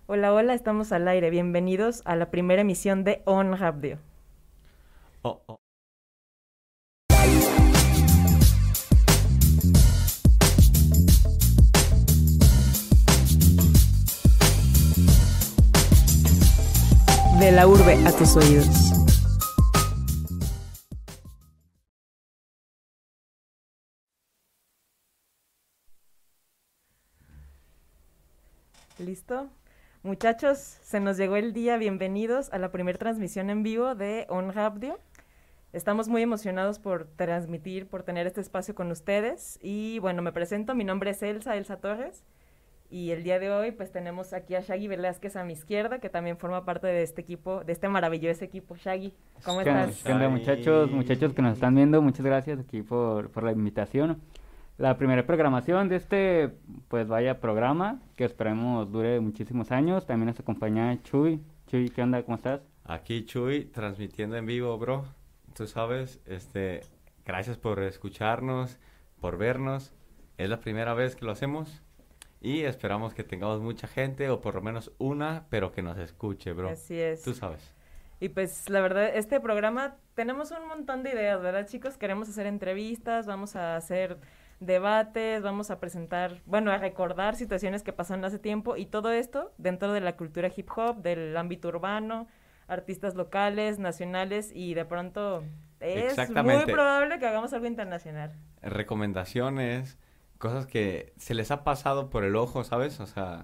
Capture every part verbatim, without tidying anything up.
Hola, hola, estamos al aire. Bienvenidos a la primera emisión de On Radio. Oh, oh. De la urbe a tus oídos. ¿Listo? Muchachos, se nos llegó el día. Bienvenidos a la primera transmisión en vivo de On Radio. Estamos muy emocionados por transmitir, por tener este espacio con ustedes. Y bueno, me presento, mi nombre es Elsa, Elsa Torres. Y el día de hoy pues tenemos aquí a Shaggy Velázquez a mi izquierda, que también forma parte de este equipo, de este maravilloso equipo. Shaggy, ¿cómo ¿Qué onda, estás? qué onda, muchachos, muchachos que nos están viendo? Muchas gracias aquí por, por la invitación. La primera programación de este, pues vaya programa, que esperemos dure muchísimos años. También nos acompaña Chuy. Chuy, ¿qué onda? ¿Cómo estás? Aquí Chuy, transmitiendo en vivo, bro. Tú sabes, este, gracias por escucharnos, por vernos. Es la primera vez que lo hacemos y esperamos que tengamos mucha gente, o por lo menos una, pero que nos escuche, bro. Así es. Tú sabes. Y pues la verdad, este programa tenemos un montón de ideas, ¿verdad, chicos? Queremos hacer entrevistas, vamos a hacer debates, vamos a presentar, bueno, a recordar situaciones que pasaron hace tiempo, y todo esto dentro de la cultura hip hop, del ámbito urbano, artistas locales, nacionales, y de pronto es muy probable que hagamos algo internacional. Recomendaciones, cosas que se les ha pasado por el ojo, ¿sabes? O sea,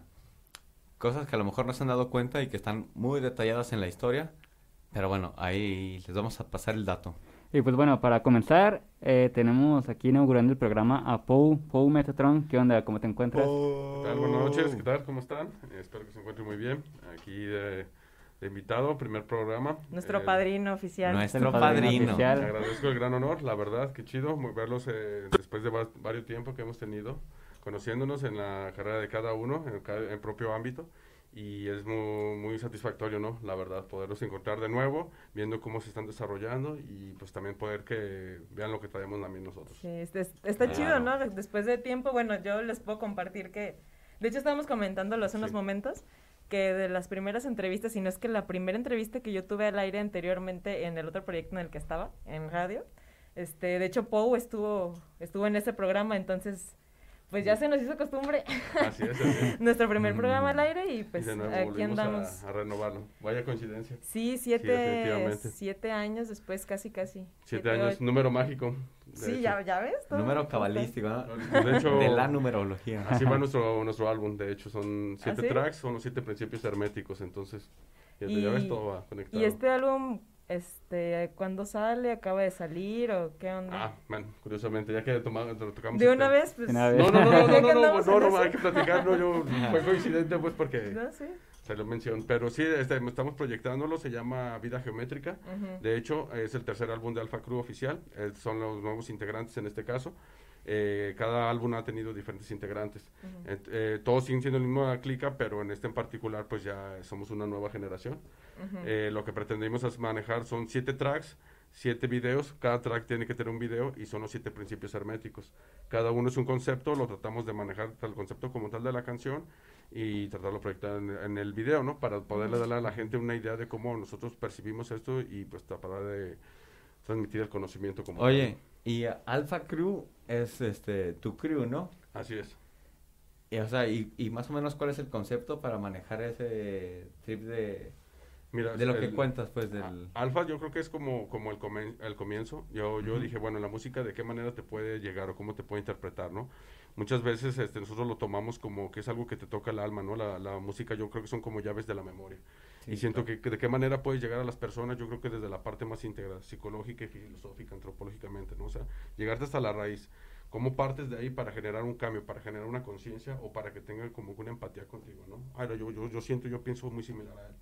cosas que a lo mejor no se han dado cuenta y que están muy detalladas en la historia. Pero bueno, ahí les vamos a pasar el dato. Y pues bueno, para comenzar, eh, tenemos aquí inaugurando el programa a Pou, Pou Metatron. ¿Qué onda? ¿Cómo te encuentras? Oh. ¿Qué tal? Buenas noches, ¿qué tal? ¿Cómo están? Eh, espero que se encuentren muy bien. Aquí de, de invitado, primer programa. Nuestro eh, padrino oficial. Nuestro padrino. Te agradezco el gran honor, la verdad, qué chido verlos eh, después de va varios tiempos que hemos tenido, conociéndonos en la carrera de cada uno, en el en propio ámbito. Y es muy, muy satisfactorio, ¿no? La verdad, poderlos encontrar de nuevo, viendo cómo se están desarrollando y pues también poder que vean lo que traemos también nosotros. Sí, está, está claro. Chido, ¿no? Después de tiempo, bueno, yo les puedo compartir que, de hecho estábamos comentándolo hace sí. unos momentos, que de las primeras entrevistas, si no es que la primera entrevista que yo tuve al aire anteriormente en el otro proyecto en el que estaba, en radio, este, de hecho Pou estuvo, estuvo en ese programa, entonces... Pues ya se nos hizo costumbre. Así es, así es. Nuestro primer programa al aire y pues y de nuevo aquí andamos. A, a renovarlo. Vaya coincidencia. Sí, siete, sí, siete años después, casi, casi. Siete, siete años, ocho. Número mágico. Sí, ya, ya ves. Todo número cabalístico, ¿no? De hecho, de la numerología. Así va nuestro, nuestro álbum, de hecho, son siete ¿Ah, sí? tracks, son los siete principios herméticos, entonces, y, ya ves, todo va conectado. Y este álbum... Este, ¿cuándo sale? ¿Acaba de salir o qué onda? Ah, bueno, curiosamente, ya que tomamos, lo tocamos... ¿De una vez? Pues... No, no, no, no, no, no, no, no, no, hay que platicar, no, yo, fue coincidente, pues, porque... No, sí. Se lo menciono, pero sí, este, estamos proyectándolo, se llama Vida Geométrica, uh-huh. De hecho, es el tercer álbum de Alpha Crew oficial, eh, son los nuevos integrantes en este caso. Eh, cada álbum ha tenido diferentes integrantes, uh-huh. eh, eh, todos siguen siendo el mismo clica, pero en este en particular pues ya somos una nueva generación. Uh-huh. eh, lo que pretendemos es manejar son siete tracks, siete videos, cada track tiene que tener un video y son los siete principios herméticos, cada uno es un concepto, lo tratamos de manejar el concepto como tal de la canción y tratarlo de proyectar en, en el video, ¿no? Para poderle darle a la gente una idea de cómo nosotros percibimos esto y pues tratar de transmitir el conocimiento como Oye, tal. Y Alpha Crew es este tu crew, ¿no? Así es. Y, o sea, y, y más o menos ¿cuál es el concepto para manejar ese trip de, Mira, de lo el, que cuentas, pues, del... Alpha yo creo que es como, como el, comen, el comienzo. Yo, yo uh-huh. dije, bueno, la música, ¿de qué manera te puede llegar o cómo te puede interpretar, no? Muchas veces este, nosotros lo tomamos como que es algo que te toca el alma, ¿no? La, la música yo creo que son como llaves de la memoria. Sí, y siento claro. que, que de qué manera puedes llegar a las personas, yo creo que desde la parte más íntegra, psicológica y filosófica, antropológicamente, ¿no? O sea, llegarte hasta la raíz. ¿Cómo partes de ahí para generar un cambio, para generar una conciencia o para que tengan como una empatía contigo, ¿no? Ahora, yo, yo, yo siento, yo pienso muy similar a él.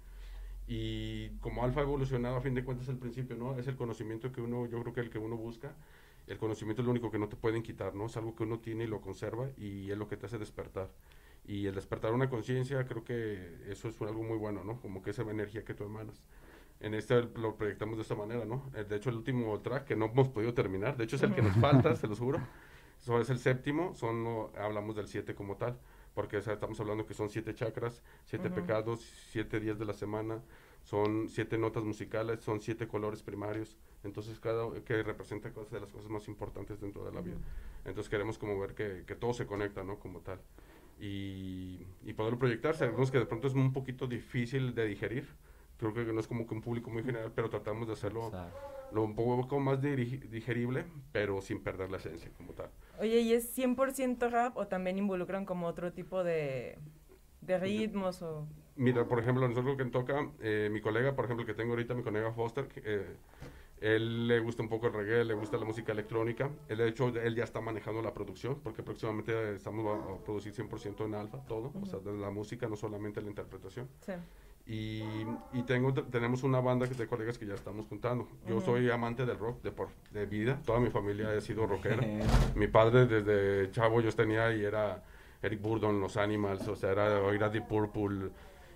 Y como Alfa ha evolucionado, a fin de cuentas, el principio, ¿no? Es el conocimiento que uno, yo creo que el que uno busca. El conocimiento es lo único que no te pueden quitar, ¿no? Es algo que uno tiene y lo conserva y es lo que te hace despertar. Y el despertar una conciencia, creo que eso es algo muy bueno, ¿no? Como que esa energía que tú emanas. En este lo proyectamos de esta manera, ¿no? De hecho, el último track que no hemos podido terminar, de hecho es el que nos falta, se los juro. Eso es el séptimo, son, no, hablamos del siete como tal. porque o sea, estamos hablando que son siete chakras, siete Ujú. pecados, siete días de la semana, son siete notas musicales, son siete colores primarios, entonces cada que representa cosas de las cosas más importantes dentro de la vida. Entonces queremos como ver que, que todo se conecta, ¿no? Como tal. Y, y poderlo proyectar, sabemos que de pronto es un poquito difícil de digerir, creo que no es como que un público muy general, pero tratamos de hacerlo Exacto. lo un poco más diri- digerible, pero sin perder la esencia como tal. Oye, ¿y es cien por ciento rap o también involucran como otro tipo de, de ritmos o...? Mira, por ejemplo, nosotros que toca, eh, mi colega, por ejemplo, que tengo ahorita, mi colega Foster, que, eh, él le gusta un poco el reggae, le gusta la música electrónica. Él, de hecho, él ya está manejando la producción, porque próximamente estamos a, a producir cien por ciento en alfa, todo, Ujú. o sea, de la música, no solamente la interpretación. Sí. Y, y tengo, tenemos una banda de colegas que ya estamos juntando. Yo Ujú. soy amante del rock de, por, de vida, toda mi familia ha sido rockera. Mi padre desde chavo yo tenía y era Eric Burdon, los Animals, o sea, era oír a Deep Purple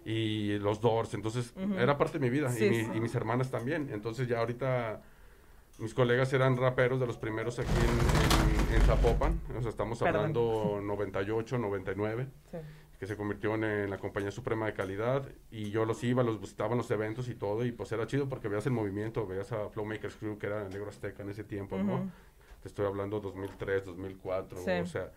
y los Doors, entonces Ujú. era parte de mi vida Sí, y, mi- sí. y mis hermanas también. Entonces ya ahorita mis colegas eran raperos de los primeros aquí en, en, en Zapopan, o sea, estamos Perdón. hablando noventa y ocho, noventa y nueve, Sí. que se convirtió en, en la compañía suprema de calidad, y yo los iba, los visitaba en los eventos y todo, y pues era chido porque veías el movimiento, veías a Flowmakers Crew, que era el Negro Azteca en ese tiempo, ¿no? Ujú. Te estoy hablando dos mil tres, dos mil cuatro, Sí. o sea,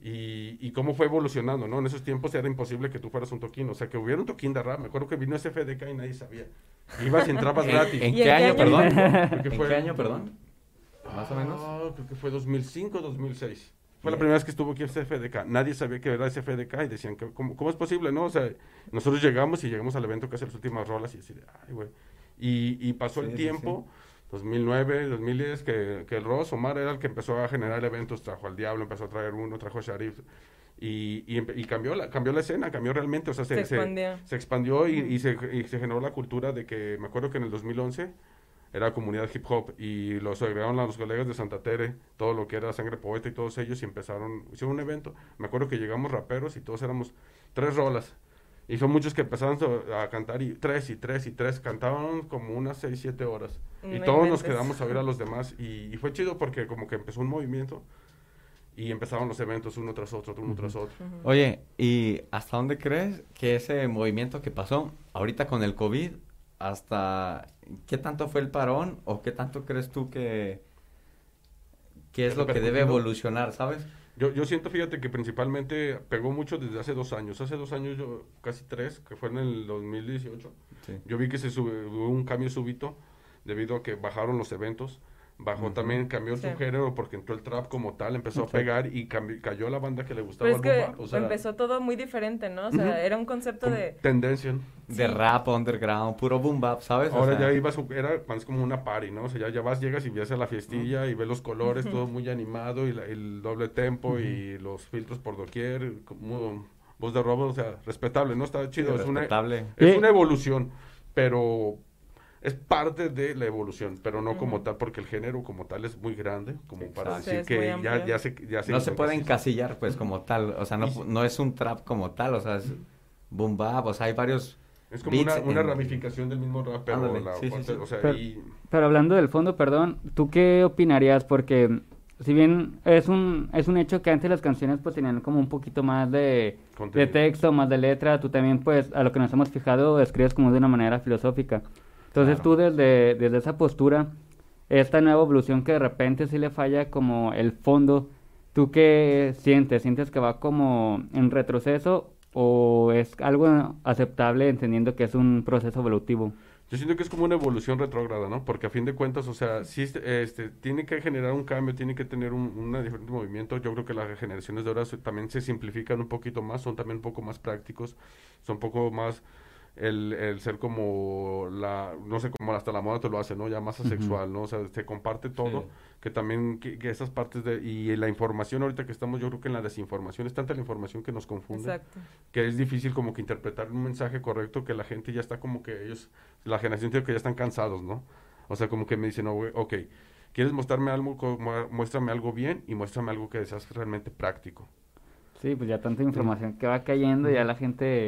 y, y cómo fue evolucionando, ¿no? En esos tiempos era imposible que tú fueras un toquín, o sea, que hubiera un toquín de rap, me acuerdo que vino ese F D K y nadie sabía, ibas y entrabas gratis. ¿En ¿Y qué en qué año, año perdón? Creo que ¿En fue- qué año, perdón? Más o menos. Ah, creo que fue dos mil cinco, dos mil seis. Fue la Bien. primera vez que estuvo aquí ese F D K. Nadie sabía que era ese F D K y decían, que, ¿cómo, ¿cómo es posible, no? O sea, nosotros llegamos y llegamos al evento que hace las últimas rolas y así de, ay, güey. Y, y pasó Sí, el sí, tiempo, dos mil nueve, dos mil diez, que, que el Ross Omar era el que empezó a generar eventos, trajo al Diablo, empezó a traer uno, trajo a Sharif. Y, y, empe- y cambió, la, cambió la escena, cambió realmente, o sea, se, Se se- expandió. se expandió y, y se, y se generó la cultura de que, me acuerdo que en el dos mil once era comunidad hip hop y los agregaron a los colegas de Santa Tere, todo lo que era Sangre Poeta y todos ellos y empezaron, hicieron un evento. Me acuerdo que llegamos raperos y todos éramos tres rolas. Y son muchos que empezaron a a cantar y tres y tres y tres, cantaban como unas seis, siete horas. Y No todos nos inventes. quedamos a ver a los demás y, y fue chido porque como que empezó un movimiento y empezaron los eventos uno tras otro, uno tras otro. Ujú. Oye, ¿y hasta dónde crees que ese movimiento que pasó ahorita con el COVID, hasta qué tanto fue el parón o qué tanto crees tú que, que es lo que debe Repercutido. evolucionar, ¿sabes? Yo, yo siento, fíjate, que principalmente pegó mucho desde hace dos años. Hace dos años, yo casi tres, que fue en el dos mil dieciocho, Sí. yo vi que se sube- hubo un cambio súbito debido a que bajaron los eventos. Bajó Ujú. también, cambió Sí. su género porque entró el trap como tal, empezó Exacto. a pegar y cambi- cayó la banda que le gustaba Pero es el que boom bap, o sea, empezó todo muy diferente, ¿no? O sea, Ujú. era un concepto como de... tendencia. De Sí. rap underground, puro boom bap, ¿sabes? O Ahora sea, ya ibas, era más como una party, ¿no? O sea, ya, ya vas, llegas y ves a la fiestilla y ves los colores, todo muy animado y la- el doble tempo y los filtros por doquier, como voz de robo, o sea, respetable, ¿no? Está sí, chido, es una, respetable. es Sí. una evolución, pero es parte de la evolución, pero no como Ujú. tal, porque el género como tal es muy grande, como para Exacto. decir Sí, es muy que ya, amplio. ya se ya No se puede encasillan. encasillar, pues, como tal. O sea, no, Y- no es un trap como tal, o sea, es boom bap, o sea, hay varios... Es como una, beats una en- ramificación del mismo rap, pero Ándale, la sí, sí, parte- sí. o sea, Pero- y Pero hablando del fondo, perdón, ¿tú qué opinarías? Porque si bien es un, es un hecho que antes las canciones pues tenían como un poquito más de, de contenido. texto, más de letra, tú también pues a lo que nos hemos fijado escribes como de una manera filosófica. Entonces Claro. tú desde, desde esa postura, esta nueva evolución que de repente sí le falla como el fondo, ¿tú qué sientes? ¿Sientes que va como en retroceso o es algo aceptable entendiendo que es un proceso evolutivo? Yo siento que es como una evolución retrógrada, ¿no? Porque a fin de cuentas, o sea, sí este, este, tiene que generar un cambio, tiene que tener un una diferente movimiento. Yo creo que las generaciones de ahora se- también se simplifican un poquito más, son también un poco más prácticos, son un poco más el, el ser como la, no sé, como hasta la moda te lo hace, ¿no? Ya más Ujú. asexual, ¿no? O sea, se comparte todo, Sí. que también, que, que esas partes de, y la información ahorita que estamos, yo creo que en la desinformación, es tanta la información que nos confunde Exacto. que es difícil como que interpretar un mensaje correcto que la gente ya está como que ellos, la generación tiene que ya están cansados, ¿no? O sea, como que me dicen, oh, güey, ok, ¿quieres mostrarme algo, co- mu- muéstrame algo bien y muéstrame algo que seas realmente práctico? Sí, pues ya tanta información que va cayendo, ya la gente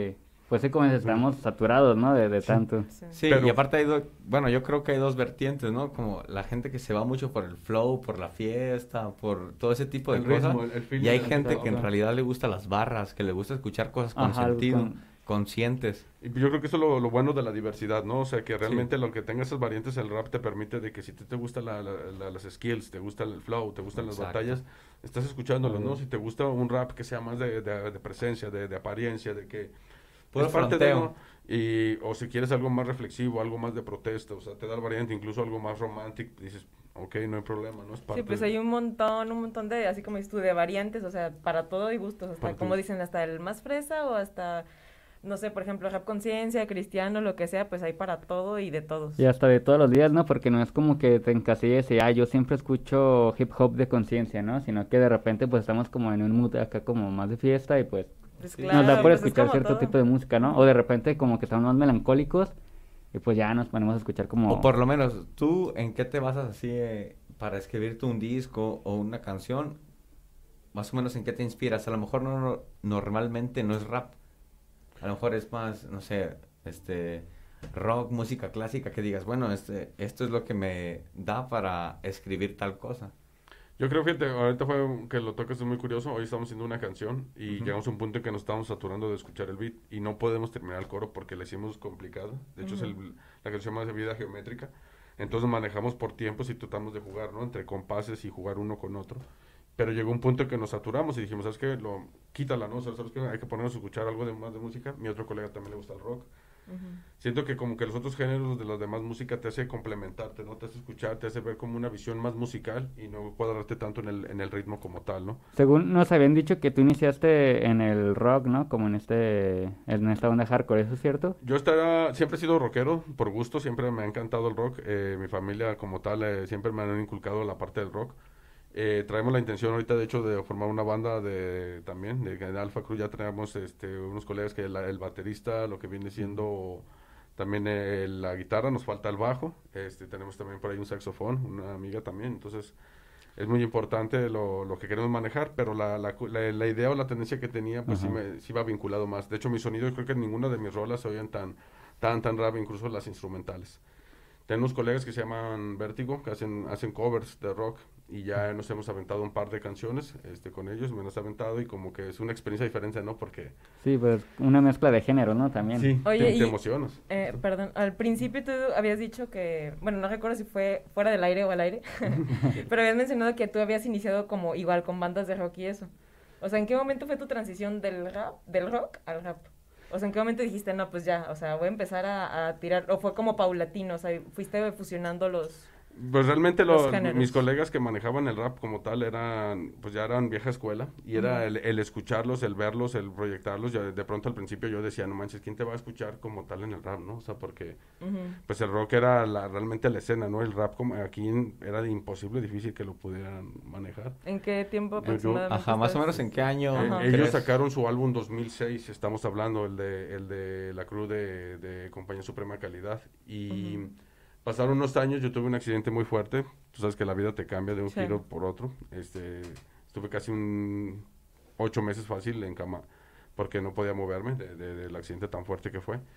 Pues sí, como dices, estamos saturados, ¿no? De, de tanto. Sí. Sí, Pero- y aparte hay dos, bueno, yo creo que hay dos vertientes, ¿no? Como la gente que se va mucho por el flow, por la fiesta, por todo ese tipo de El cosas. ritmo, el- el feeling Y hay del gente estado. que en realidad le gusta las barras, que le gusta escuchar cosas con Ajá, algo sentido, con- conscientes. Y yo creo que eso es lo, lo bueno de la diversidad, ¿no? O sea, que realmente lo que tenga esas variantes, el rap te permite de que si te, te gustan la, la- la- las skills, te gusta el flow, te gustan las Exacto. batallas, estás escuchándolo, ¿no? Ujú. Si te gusta un rap que sea más de, de- de presencia, de, de apariencia, de que Puro es parte de, fronteo. ¿no? Y, o si quieres algo más reflexivo, algo más de protesta, o sea, te da la variante, incluso algo más romántico, dices, ok, no hay problema, ¿no? Es parte Sí, pues de- hay un montón, un montón de, así como dices tú, de variantes, o sea, para todo y gustos, hasta, Para como todo. dicen, hasta el más fresa o hasta, no sé, por ejemplo, rap conciencia, cristiano, lo que sea, pues hay para todo y de todos. Y hasta de todos los días, ¿no? Porque no es como que te encasilles y, ah, yo siempre escucho hip hop de conciencia, ¿no? Sino que de repente pues estamos como en un mood acá como más de fiesta y pues Pues Sí. claro, nos da por pues es escuchar como cierto todo. tipo de música, ¿no? O de repente como que estamos más melancólicos y pues ya nos ponemos a escuchar como... O por lo menos, ¿tú en qué te basas así eh, para escribirte un disco o una canción? Más o menos, ¿en qué te inspiras? A lo mejor no, no- normalmente no es rap. A lo mejor es más, no sé, este rock, música clásica, que digas, bueno, este, esto es lo que me da para escribir tal cosa. Yo creo, fíjate, ahorita fue que lo tocas, es muy curioso. Hoy estamos haciendo una canción y Ujú. llegamos a un punto en que nos estamos saturando de escuchar el beat y no podemos terminar el coro porque le hicimos complicado. De hecho, es el- la canción más de vida geométrica. Entonces manejamos por tiempos y tratamos de jugar, ¿no? Entre compases y jugar uno con otro. Pero llegó un punto en que nos saturamos y dijimos, ¿sabes qué? Lo, quítala, ¿no? O sea, ¿sabes qué? Hay que ponernos a escuchar algo de más de música. Mi otro colega también le gusta el rock. Ujú. Siento que como que los otros géneros de la demás música te hace complementarte, ¿no? Te hace escuchar, te hace ver como una visión más musical y no cuadrarte tanto en el, en el ritmo como tal, ¿no? Según nos habían dicho que tú iniciaste en el rock, ¿no? Como en este, en esta onda hardcore, ¿eso es cierto? Yo estaba, siempre he sido rockero, por gusto, siempre me ha encantado el rock. Eh, mi familia como tal eh, siempre me han inculcado la parte del rock. Eh, traemos la intención ahorita, de hecho, de formar una banda de también, de, de Alpha Cruz. Ya tenemos este, unos colegas que la- el baterista, lo que viene siendo también eh, la guitarra, nos falta el bajo. Este, tenemos también por ahí un saxofón, una amiga también. Entonces, es muy importante lo, lo que queremos manejar, pero la, la, cu- la- la idea o la tendencia que tenía, pues sí, Ajá. me, sí va vinculado más. De hecho, mi sonido, yo creo que en ninguna de mis rolas se oían tan, tan, tan rap, incluso las instrumentales. Tenemos colegas que se llaman Vértigo, que hacen, hacen covers de rock, y ya nos hemos aventado un par de canciones este, con ellos, me las he aventado, y como que es una experiencia diferente, ¿no? Porque Sí, pues una mezcla de género, ¿no? También. sí, Oye, te, te y- emocionas. Eh, perdón, al principio tú habías dicho que, bueno, no recuerdo si fue fuera del aire o al aire, pero habías mencionado que tú habías iniciado como igual con bandas de rock y eso. O sea, ¿en qué momento fue tu transición del rap, del rock al rap? O sea, ¿en qué momento dijiste, no, pues ya, o sea, voy a empezar a, a tirar, o fue como paulatino, o sea, fuiste fusionando los... Pues realmente Los lo- géneros. mis colegas que manejaban el rap como tal eran, pues ya eran vieja escuela, y era Ujú. el, el escucharlos, el verlos, el proyectarlos. Ya de pronto al principio yo decía, no manches, ¿quién te va a escuchar como tal en el rap, no? O sea, porque Ujú. pues el rock era la, realmente la escena, ¿no? El rap como aquí en- era de imposible, difícil que lo pudieran manejar. ¿En qué tiempo Yo- yo- aproximadamente? Ajá, más o estás? menos en qué año. Ajá. Eh, ellos crees? sacaron su álbum dos mil seis, estamos hablando, el de, el de la crew de, de Compañía Suprema Calidad. Y Ujú. pasaron unos años, yo tuve un accidente muy fuerte. Tú sabes que la vida te cambia de un Sí. giro por otro. Este, estuve casi un ocho meses fácil en cama porque no podía moverme de- de- del accidente tan fuerte que fue.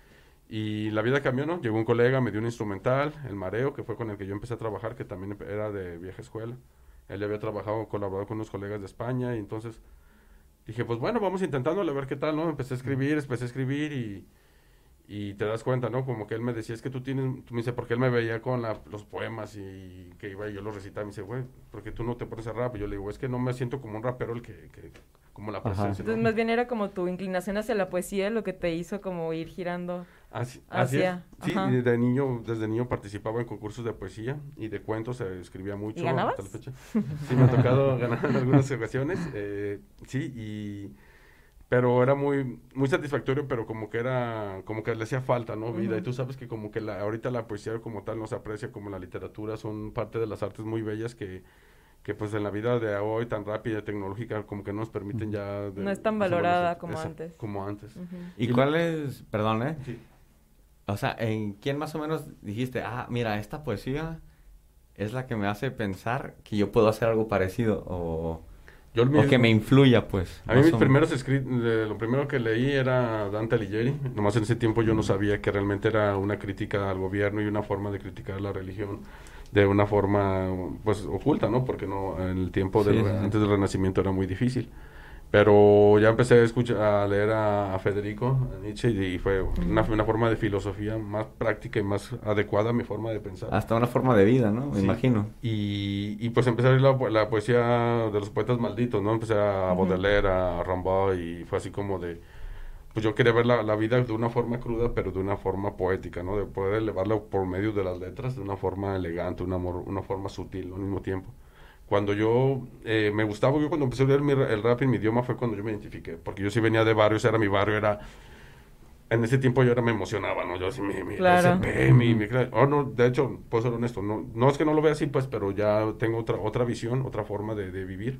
Y la vida cambió, ¿no? Llegó un colega, me dio un instrumental, el Mareo, que fue con el que yo empecé a trabajar, que también era de vieja escuela. Él ya había trabajado, colaborado con unos colegas de España, y entonces dije, pues bueno, vamos intentándole a ver qué tal, ¿no? Empecé a escribir, empecé a escribir y, y te das cuenta, ¿no? Como que él me decía, es que tú tienes, tú me dice, porque él me veía con la- los poemas y que iba y yo los recitaba, y me dice, güey, ¿por qué tú no te pones a rap? Y yo le digo, es que no me siento como un rapero el que, que como la Ajá. presencia, ¿no? Entonces, más bien era como tu inclinación hacia la poesía lo que te hizo como ir girando. Así, así es. Hacia- Sí, ajá. y de niño, desde niño participaba en concursos de poesía y de cuentos, eh, escribía mucho. ¿Y ganabas? hasta la fecha. Sí, me ha tocado ganar en algunas ocasiones, eh, sí, y... Pero era muy muy satisfactorio, pero como que era, como que le hacía falta, ¿no? Vida. Ujú. Y tú sabes que como que la, ahorita la poesía como tal no se aprecia como la literatura, son parte de las artes muy bellas que, que pues en la vida de hoy tan rápida y tecnológica como que no nos permiten ya... de- No es tan desarrollarse. valorada como Esa- antes. Como antes. Ujú. ¿Y Y- cuál es, perdón, eh? Sí. O sea, ¿en quién más o menos dijiste, ah, mira, esta poesía es la que me hace pensar que yo puedo hacer algo parecido? O Yo o que me influya, pues. A mí mis primeros escritos, lo primero que leí era Dante Alighieri. Nomás en ese tiempo yo no sabía que realmente era una crítica al gobierno y una forma de criticar la religión de una forma, pues, oculta, ¿no? Porque no, en el tiempo del, Sí, sí. antes del Renacimiento era muy difícil. Pero ya empecé a escuchar, a leer a, a Federico a Nietzsche y fue una, una forma de filosofía más práctica y más adecuada a mi forma de pensar. Hasta una forma de vida, ¿no? Me Sí. imagino. Y, y pues empecé a leer la, la poesía de los poetas malditos, ¿no? Empecé a Ujú. Baudelaire, a Rimbaud y fue así como de... Pues yo quería ver la, la vida de una forma cruda, pero de una forma poética, ¿no? De poder elevarla por medio de las letras, de una forma elegante, una, mor- una forma sutil, ¿no? Al mismo tiempo. Cuando yo, eh, me gustaba, yo cuando empecé a leer mi ra- el rap en mi idioma fue cuando yo me identifiqué, porque yo sí venía de barrio, ese era mi barrio, era... En ese tiempo yo era, me emocionaba, ¿no? Yo así, mi, mi, Claro. S P, mi, mi, oh, no, de hecho, puedo ser honesto, no, no es que no lo vea así, pues, pero ya tengo otra, otra visión, otra forma de, de vivir.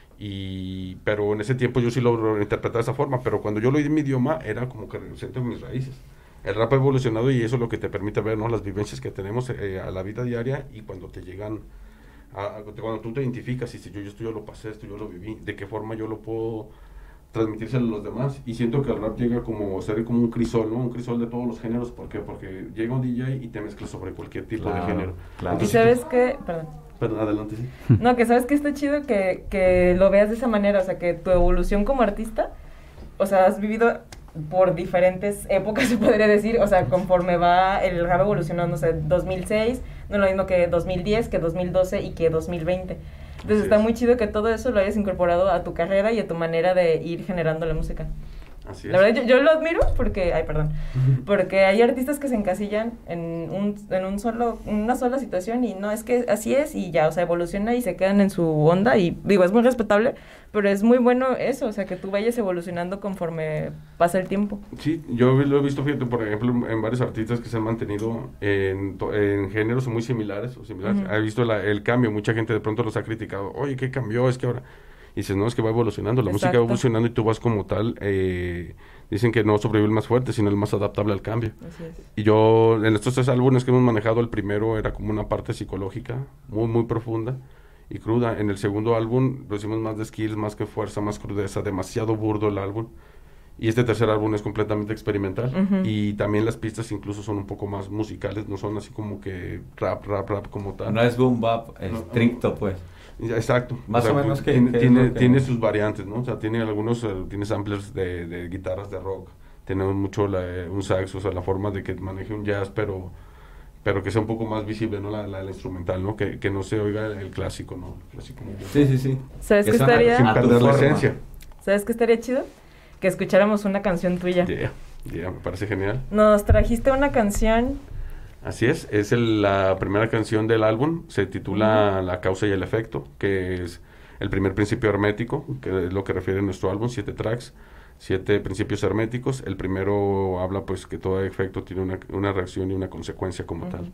Y, pero en ese tiempo yo sí lo, lo interpretaba de esa forma, pero cuando yo lo oí en mi idioma era como que siento mis raíces. El rap ha evolucionado y eso es lo que te permite ver, ¿no? Las vivencias que tenemos eh, a la vida diaria y cuando te llegan, a, a- cuando tú te identificas y dices, yo, yo esto yo lo pasé, esto yo lo viví, de qué forma yo lo puedo transmitírselo a los demás. Y siento que el rap llega como a ser como un crisol, ¿no? Un crisol de todos los géneros. ¿Por qué? Porque llega un D J y te mezcla sobre cualquier tipo Claro, de género. claro. Y Entonces, sabes que, perdón, perdón, adelante, sí. no, que sabes que está chido que, que lo veas de esa manera, o sea, que tu evolución como artista, o sea, has vivido por diferentes épocas, se podría decir, o sea, conforme va el rap evolucionando, no sé, dos mil seis, no es lo mismo que dos mil diez, que dos mil doce y que dos mil veinte. Entonces Así está es. muy chido que todo eso lo hayas incorporado a tu carrera y a tu manera de ir generando la música. Así es. La verdad, yo, yo lo admiro porque, ay, perdón, porque hay artistas que se encasillan en un, en un solo, una sola situación y no, es que así es y ya, o sea, evoluciona y se quedan en su onda y digo, es muy respetable, pero es muy bueno eso, o sea, que tú vayas evolucionando conforme pasa el tiempo. Sí, yo lo he visto, fíjate, por ejemplo, en varios artistas que se han mantenido en, to- en géneros muy similares o similares. Ujú. He visto la- el cambio, mucha gente de pronto los ha criticado. Oye, ¿qué cambió? Es que ahora... Y dices, no, es que va evolucionando, la música va Exacto. evolucionando y tú vas como tal. eh, dicen que no sobrevive el más fuerte, sino el más adaptable al cambio. Así es. Y yo, en estos tres álbumes que hemos manejado, el primero era como una parte psicológica, muy, muy profunda y cruda. En el segundo álbum lo hicimos más de skills, más que fuerza, más crudeza, demasiado burdo el álbum. Y este tercer álbum es completamente experimental. Ujú. Y también las pistas incluso son un poco más musicales, no son así como que rap, rap, rap como tal. No es boom bap estricto, pues. Ya, exacto. Más o menos que- tiene, que es tiene, lo que- tiene sus variantes, ¿no? O sea, tiene algunos, eh, tiene samplers de, de guitarras de rock, tiene mucho la, eh, un sax, o sea, la forma de que maneje un jazz, pero pero que sea un poco más visible, ¿no? La, la, la instrumental, ¿no? Que, que no se oiga el, el clásico, ¿no? El clásico muy bien. Sí, sí, sí. ¿Sabes Que qué suena estaría? Sin a tu perder la forma. esencia. ¿Sabes qué estaría chido? Que escucháramos una canción tuya. Yeah, yeah, me parece genial. Nos trajiste una canción. Así es, es el- la primera canción del álbum, se titula La causa y el efecto, que es el primer principio hermético, que es lo que refiere a nuestro álbum, siete tracks, siete principios herméticos. El primero habla pues que todo efecto tiene una, una reacción y una consecuencia como tal.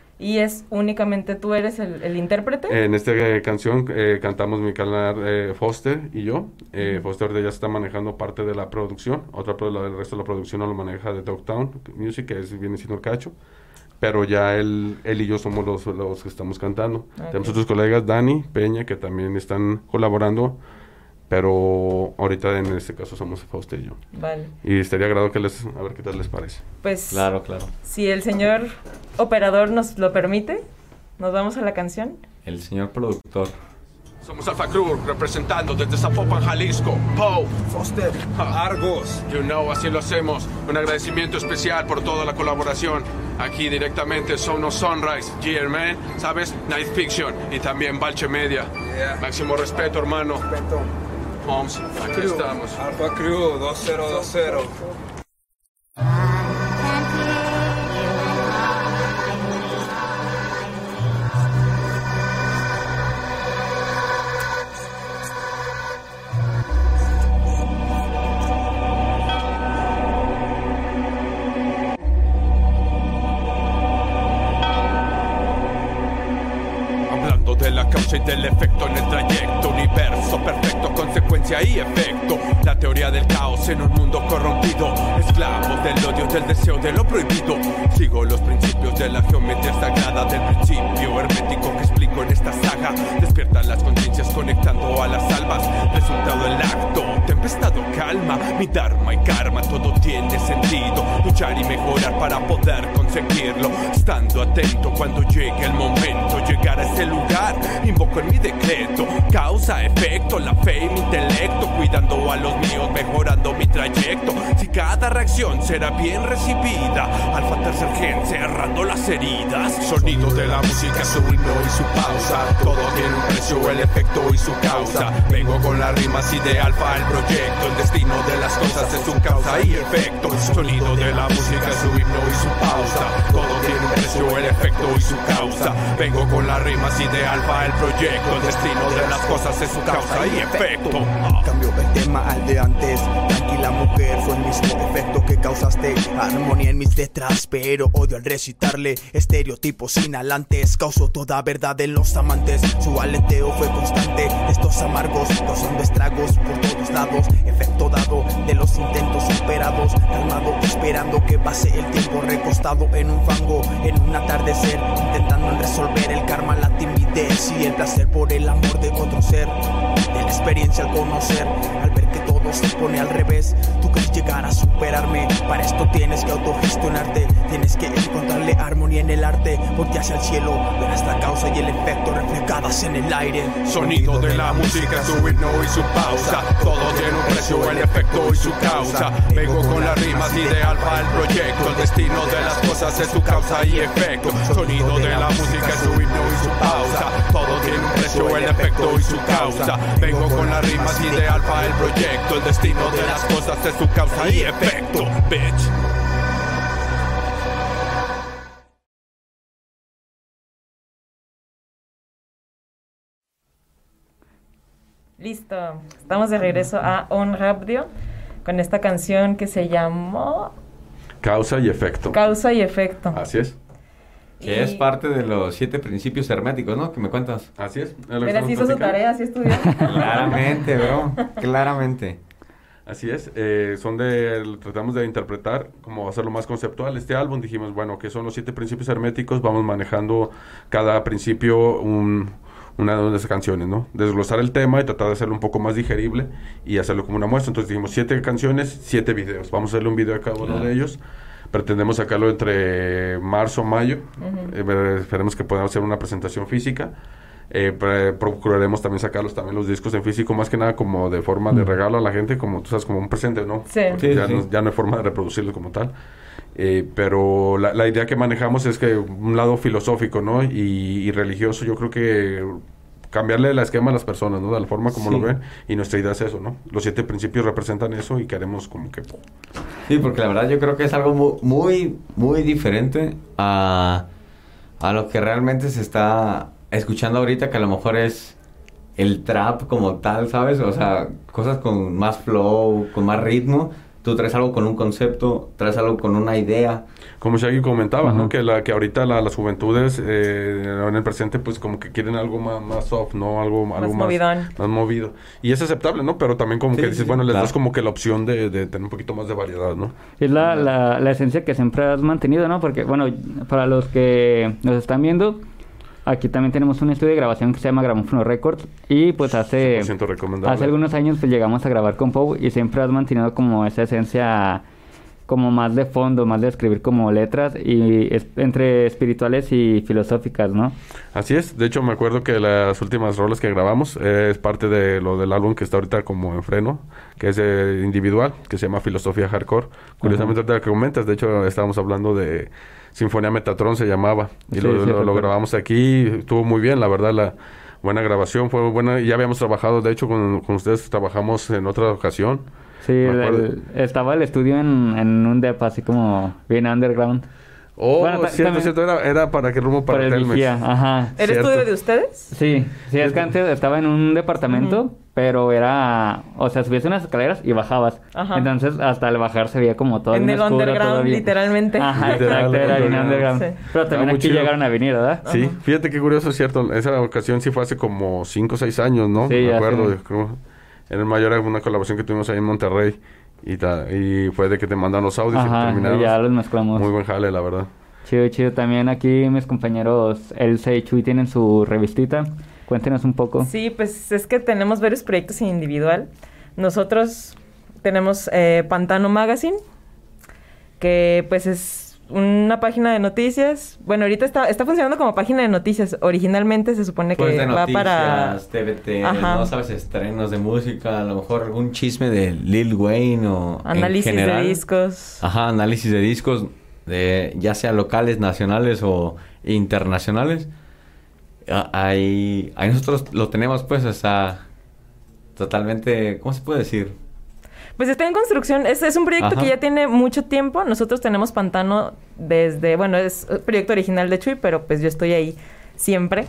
Y es únicamente tú eres el, el intérprete. En esta eh, canción eh, cantamos mi canal eh, Foster y yo. Eh, Ujú. Foster ya está manejando parte de la producción, otra pro- la- el resto de la producción no lo maneja de Dogtown Music, que es, viene siendo el cacho. Pero ya él, él y yo somos los, los que estamos cantando. Ok. Tenemos otros colegas, Dani, Peña, que también están colaborando, pero ahorita en este caso somos Fausto y yo. Vale. Y estaría agrado que les, a ver qué tal les parece. Pues Claro, claro. si el señor operador nos lo permite, nos vamos a la canción. El señor productor. Somos Alpha Cruz, representando desde Zapopan, Jalisco. Poe, Foster, Argos. You know, así lo hacemos. Un agradecimiento especial por toda la colaboración. Aquí directamente Sonos Sunrise, G R Man, ¿sabes? Night Fiction y también Balche Media. Máximo respeto, hermano. Homes, aquí estamos. Alpha Crew dos cero dos cero. Hablando de la causa y del efecto en el trayecto. Universo perfecto, consecuencia y efecto. La teoría del caos en un mundo corrompido. Esclavos del odio, del deseo, de lo prohibido. Sigo los principios de la geometría sagrada, del principio hermético que explico en esta saga. Despiertan las conciencias conectando a las almas. Resultado del acto, tempestad o calma. Mi dharma y karma, todo tiene sentido. Luchar y mejorar para poder conseguirlo. Estando atento cuando llegue el momento. Llegar a ese lugar, invoco en mi decreto. Causa, efecto, la fe y mi intelecto. Cuidando a los míos, mejorando mi trayecto. Si cada reacción será bien recibida. Alfa tercer gen, cerrando las heridas. Sonido de la música, su ritmo y su pausa. Todo tiene un precio, el efecto y su causa. Vengo con las rimas y de alfa el proyecto. El destino de las cosas es su causa y efecto. Sonido de la música, su himno y su pausa. Todo tiene un precio, el efecto y su causa. Vengo con las rimas y de alfa el proyecto. El destino de las cosas es su causa y efecto. Cambio el tema al de antes. Tranquila mujer, fue el mismo efecto que causaste. Armonía en mis letras, pero odio al recitarle. Estereotipos inhalantes, causó toda verdad en los amantes. Su aleteo fue constante, estos amargos causando estragos por todos lados. Efecto dado de los intentos superados. Calmado esperando que pase el tiempo, recostado en un fango, en un atardecer, intentando resolver el karma, la timidez y el placer por el amor de otro ser. De la experiencia al conocer, al ver que todo se pone al revés. Tú quieres llegar a superarme, para esto tienes que autogestionarte. Tienes que encontrarle armonía en el arte, porque hacia el cielo verás la causa y el efecto reflejadas en el aire. Sonido de la música, su ritmo y su pausa. Todo tiene un precio, el efecto y su causa. Vengo con las rimas y de alfa el proyecto. El destino de las cosas es su causa y efecto. Sonido de la música, su ritmo y su pausa. Todo tiene un precio, el efecto y su causa. Vengo con las rimas y de alfa el proyecto. El destino de las cosas es su causa y efecto, bitch. Listo, estamos de regreso a On Radio con esta canción que se llamó Causa y efecto. Causa y efecto. Así es. Que Y- es parte de los siete principios herméticos, ¿no? Que me cuentas. Así es. es lo que Pero estamos sí hizo su platicando. tarea, sí estudió. Claramente, bro. Claramente. Así es, eh, son de, tratamos de interpretar, como hacerlo más conceptual. Este álbum dijimos, bueno, que son los siete principios herméticos, vamos manejando cada principio un, una de esas canciones, ¿no? Desglosar el tema y tratar de hacerlo un poco más digerible y hacerlo como una muestra. Entonces dijimos, siete canciones, siete videos. Vamos a hacerle un video a cada uno Claro. de ellos. Pretendemos sacarlo entre marzo, mayo. Ujú. Eh, esperemos que podamos hacer una presentación física. Eh, pre- procuraremos también sacarlos también los discos en físico, más que nada como de forma de regalo a la gente, como tú sabes, como un presente, ¿no? Sí. Porque Sí, ya, sí. No, ya no hay forma de reproducirlo como tal. Eh, pero la, la idea que manejamos es que un lado filosófico, ¿no? Y, y religioso, yo creo que cambiarle el esquema a las personas, ¿no? De la forma como Sí. lo ven. Y nuestra idea es eso, ¿no? Los siete principios representan eso y queremos como que... Sí, porque la verdad yo creo que es algo mu- muy, muy diferente a, a lo que realmente se está escuchando ahorita, que a lo mejor es el trap como tal, ¿sabes? O sea, cosas con más flow, con más ritmo. Tú traes algo con un concepto, traes algo con una idea. Como Shaggy comentaba, ¿no? Ajá. Que, la, que ahorita la- las juventudes eh, en el presente pues como que quieren algo más, más soft, ¿no? Algo, algo más, movidón. más movido. Y es aceptable, ¿no? Pero también como Sí, que sí, dices, sí, bueno, les claro. das como que la opción de, de tener un poquito más de variedad, ¿no? Es la, la, la esencia que siempre has mantenido, ¿no? Porque, bueno, para los que nos están viendo, aquí también tenemos un estudio de grabación que se llama Gramófono Records. Y pues hace, cien por ciento recomendable. hace algunos años pues llegamos a grabar con Pau y siempre has mantenido como esa esencia como más de fondo, más de escribir como letras y es- entre espirituales y filosóficas, ¿no? Así es. De hecho, me acuerdo que las últimas rolas que grabamos eh, es parte de lo del álbum que está ahorita como en freno, que es eh, individual, que se llama Filosofía Hardcore. Curiosamente, ahorita que comentas, de hecho, estábamos hablando de Sinfonía Metatron, se llamaba. Y Sí, lo, sí, lo- lo recuerdo. grabamos aquí. Estuvo muy bien, la verdad, la buena grabación. Fue buena. Y ya habíamos trabajado, de hecho, con, con ustedes trabajamos en otra ocasión. Sí, Me el- acuerdo. el- estaba el estudio en, en un depa así como bien underground. Oh, Bueno, ta- cierto, también- cierto, era, era para que rumbo Por para el Telmex. vigía, ajá. ¿Era Cierto. estudio de ustedes? Sí, sí, es que antes estaba en un departamento, Ujú. pero era, o sea, subías unas escaleras y bajabas. Ajá. Entonces, hasta al bajar se veía como todo En bien el oscuro, todo underground, bien- literalmente. Ajá, Literal, exacto, era bien underground. underground. Sí. Pero también Ah, muy aquí chido. llegaron a venir, ¿verdad? Sí, Ajá. fíjate qué curioso, es cierto. Esa ocasión sí fue hace como cinco o seis años, ¿no? Sí, Me ya acuerdo. sé. de cómo- En el mayor era una colaboración que tuvimos ahí en Monterrey. Y, ta- y fue de que te mandan los audios y Ajá, terminaron. y ya los mezclamos. Muy buen jale, la verdad. Chido, chido. También aquí mis compañeros Elsa y Chuy tienen su revistita. Cuéntenos un poco. Sí, pues es que tenemos varios proyectos en individual. Nosotros tenemos eh, Pantano Magazine, que pues es una página de noticias. Bueno, ahorita está, está funcionando como página de noticias. Originalmente se supone que Pues de va para... noticias, T V T, Ajá. no sabes, estrenos de música, a lo mejor algún chisme de Lil Wayne o en Análisis de general. discos. Ajá, análisis de discos, de ya sea locales, nacionales o internacionales. Ah, Ahí, ahí nosotros lo tenemos pues, o sea, totalmente, ¿cómo se puede decir? Pues está en construcción. Es, es un proyecto Ajá. que ya tiene mucho tiempo. Nosotros tenemos Pantano desde... Bueno, es un proyecto original de Chuy, pero pues yo estoy ahí siempre.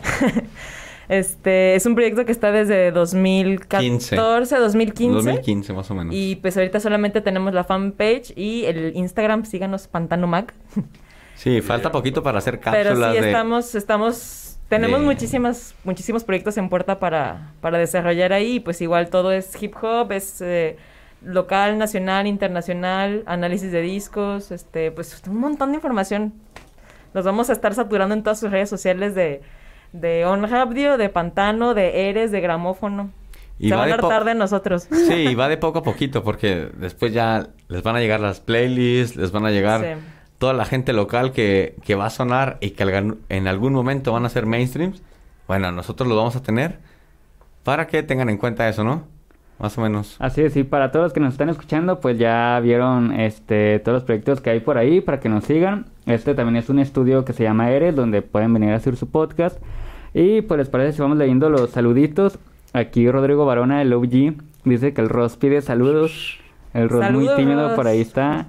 Este, es un proyecto que está desde dos mil catorce, dos mil quince. dos mil quince más o menos. Y pues ahorita solamente tenemos la fanpage y el Instagram, síganos Pantano Mag. Sí, falta poquito para hacer Pero cápsulas sí de... estamos, estamos, tenemos de- muchísimas, muchísimos proyectos en puerta para, para desarrollar ahí. Y pues igual todo es hip hop, es eh, local, nacional, internacional, análisis de discos, este, pues un montón de información. Nos vamos a estar saturando en todas sus redes sociales de, de On Radio, de Pantano, de Eres, de Gramófono. Y Se va van a de po- hartar de nosotros. Sí, va de poco a poquito porque después ya les van a llegar las playlists, les van a llegar Sí. toda la gente local que, que va a sonar y que algan- en algún momento van a ser mainstreams. Bueno, nosotros lo vamos a tener para que tengan en cuenta eso, ¿no? Más o menos. Así es, y para todos los que nos están escuchando, pues ya vieron este todos los proyectos que hay por ahí para que nos sigan. Este también es un estudio que se llama Eres, donde pueden venir a hacer su podcast. Y pues les parece si vamos leyendo los saluditos. Aquí Rodrigo Barona, el O G, dice que el Ross pide saludos. El Ross muy Saludos, tímido, Ross. por ahí está.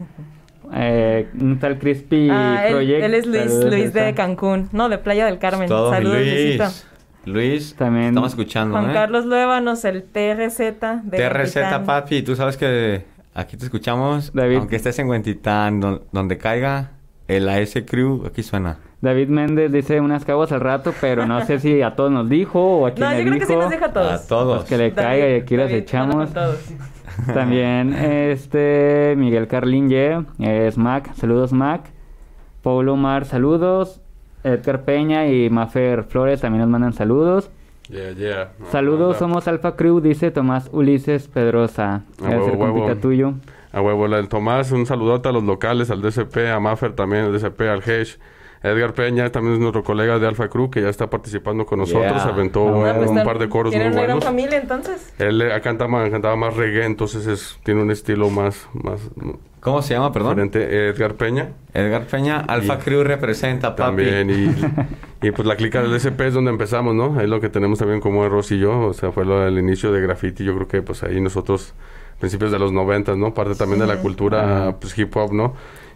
Eh, un tal Crispy Ah, él, Project. él es Luis, saludos, Luis de Elsa. Cancún. No, de Playa del Carmen. Todo, mi Saludos, Luisito. Luis. Luis, También- estamos escuchando, Juan ¿eh? Carlos Luévanos, el T R Z de T R Z, Huentitán. papi, tú sabes que aquí te escuchamos. David. Aunque estés en Huentitán, don- donde caiga, el A S Crew, aquí suena. David Méndez dice unas cabos al rato, pero no sé si a todos nos dijo o a quién No, le yo creo que sí dijo. nos deja a todos. A todos. Pues que le David, caiga y aquí las David, echamos. bueno, con todos. También este Miguel Carlín Ye, es Mac, saludos Mac. Paulo Mar, saludos. Edgar Peña y Mafer Flores también nos mandan saludos. Yeah, yeah. No, Saludos, anda. somos Alfa Crew, dice Tomás Ulises Pedrosa. A Debe huevo, ser huevo. compita tuyo. A huevo, el Tomás, un saludote a los locales, al D C P, a Maffer también, al D C P, al Hesh. Edgar Peña también es nuestro colega de Alfa Crew que ya está participando con nosotros. Yeah. Aventó Ah, un, bueno. Pues un están- par de coros muy Tienen una gran buenos. familia, entonces. Él eh, cantaba, cantaba más reggae, entonces es, tiene un estilo más, más ¿Cómo se llama, perdón? diferente. Edgar Peña Edgar Peña, Alfa Y- Crew representa, papi. también. Y, y pues la clica del D C P es donde empezamos, ¿no? Ahí lo que tenemos también como Ross y yo. O sea, fue lo, el inicio de graffiti. Yo creo que pues ahí nosotros, principios de los noventas, ¿no? Parte también de la cultura pues hip hop, ¿no?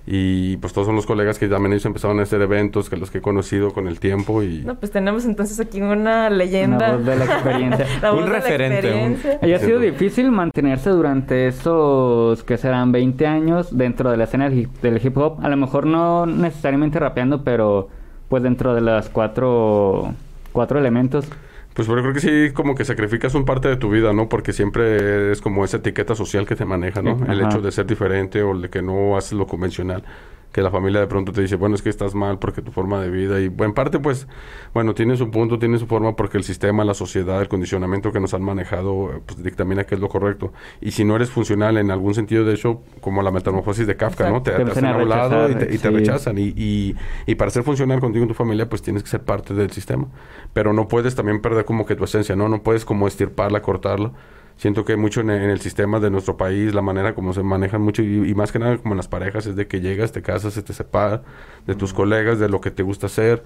Y pues todos son los colegas que también ellos empezaron a hacer eventos, que los que he conocido con el tiempo y... No, pues tenemos entonces aquí una leyenda. Una voz de la experiencia. La Un voz de la referente, un- experiencia. ¿Y ha sido difícil mantenerse durante esos que serán veinte años dentro de la escena del hip, del hip hop? A lo mejor no necesariamente rapeando, pero pues dentro de las cuatro, cuatro elementos. Pues pero creo que sí, como que sacrificas un parte de tu vida, ¿no? Porque siempre es como esa etiqueta social que te maneja, ¿no? Sí, El ajá. hecho de ser diferente o de que no haces lo convencional. Que la familia de pronto te dice, bueno, es que estás mal porque tu forma de vida. Y en parte, pues, bueno, tiene su punto, tiene su forma porque el sistema, la sociedad, el condicionamiento que nos han manejado, eh, pues dictamina que es lo correcto. Y si no eres funcional en algún sentido, de hecho, como la metamorfosis de Kafka, ¿no? Te, Te te empiezan hacen a a un lado y rechazar, te, y te sí. rechazan. Y, y, y para ser funcional contigo y tu familia, pues tienes que ser parte del sistema. Pero no puedes también perder como que tu esencia, ¿no? No puedes como estirparla, cortarla. Siento que mucho en, en el sistema de nuestro país, la manera como se manejan mucho, y, y más que nada como en las parejas, es de que llegas, te casas, se te separa de tus colegas, de lo que te gusta hacer.